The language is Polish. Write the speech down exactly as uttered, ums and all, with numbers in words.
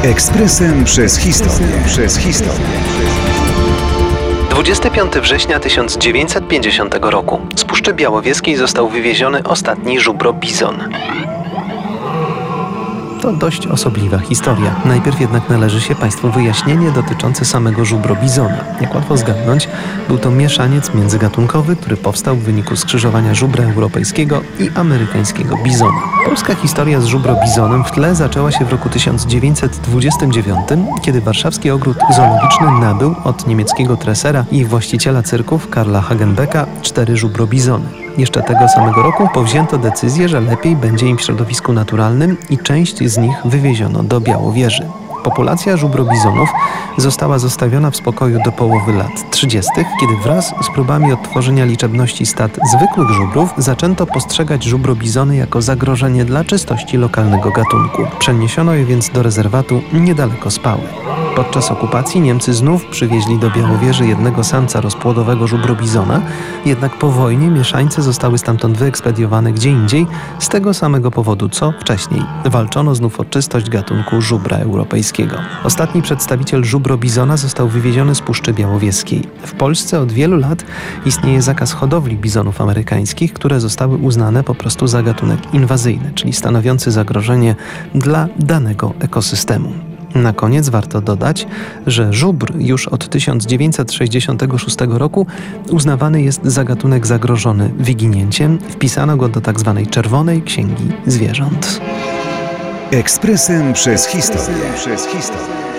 Ekspresem przez historię. Przez historię. dwudziestego piątego września tysiąc dziewięćset pięćdziesiątego roku z Puszczy Białowieskiej został wywieziony ostatni żubro bizon. To dość osobliwa historia. Najpierw jednak należy się Państwu wyjaśnienie dotyczące samego żubro bizona. Jak łatwo zgadnąć, był to mieszaniec międzygatunkowy, który powstał w wyniku skrzyżowania żubra europejskiego i amerykańskiego bizona. Polska historia z żubro bizonem w tle zaczęła się w roku tysiąc dziewięćset dwudziestym dziewiątym, kiedy warszawski ogród zoologiczny nabył od niemieckiego tresera i właściciela cyrków Karla Hagenbecka cztery żubro bizony. Jeszcze tego samego roku powzięto decyzję, że lepiej będzie im w środowisku naturalnym i część z nich wywieziono do Białowieży. Populacja żubro bizonów została zostawiona w spokoju do połowy lat trzydziestych, kiedy wraz z próbami odtworzenia liczebności stad zwykłych żubrów zaczęto postrzegać żubro bizony jako zagrożenie dla czystości lokalnego gatunku. Przeniesiono je więc do rezerwatu niedaleko Spały. Podczas okupacji Niemcy znów przywieźli do Białowieży jednego samca rozpłodowego żubro bizona, jednak po wojnie mieszańce zostały stamtąd wyekspediowane gdzie indziej z tego samego powodu co wcześniej. Walczono znów o czystość gatunku żubra europejskiego. Ostatni przedstawiciel żubro bizona został wywieziony z Puszczy Białowieskiej. W Polsce od wielu lat istnieje zakaz hodowli bizonów amerykańskich, które zostały uznane po prostu za gatunek inwazyjny, czyli stanowiący zagrożenie dla danego ekosystemu. Na koniec warto dodać, że żubr już od tysiąc dziewięćset sześćdziesiątego szóstego roku uznawany jest za gatunek zagrożony wyginięciem. Wpisano go do tzw. Czerwonej Księgi Zwierząt. Ekspresem przez historię. Przez historię.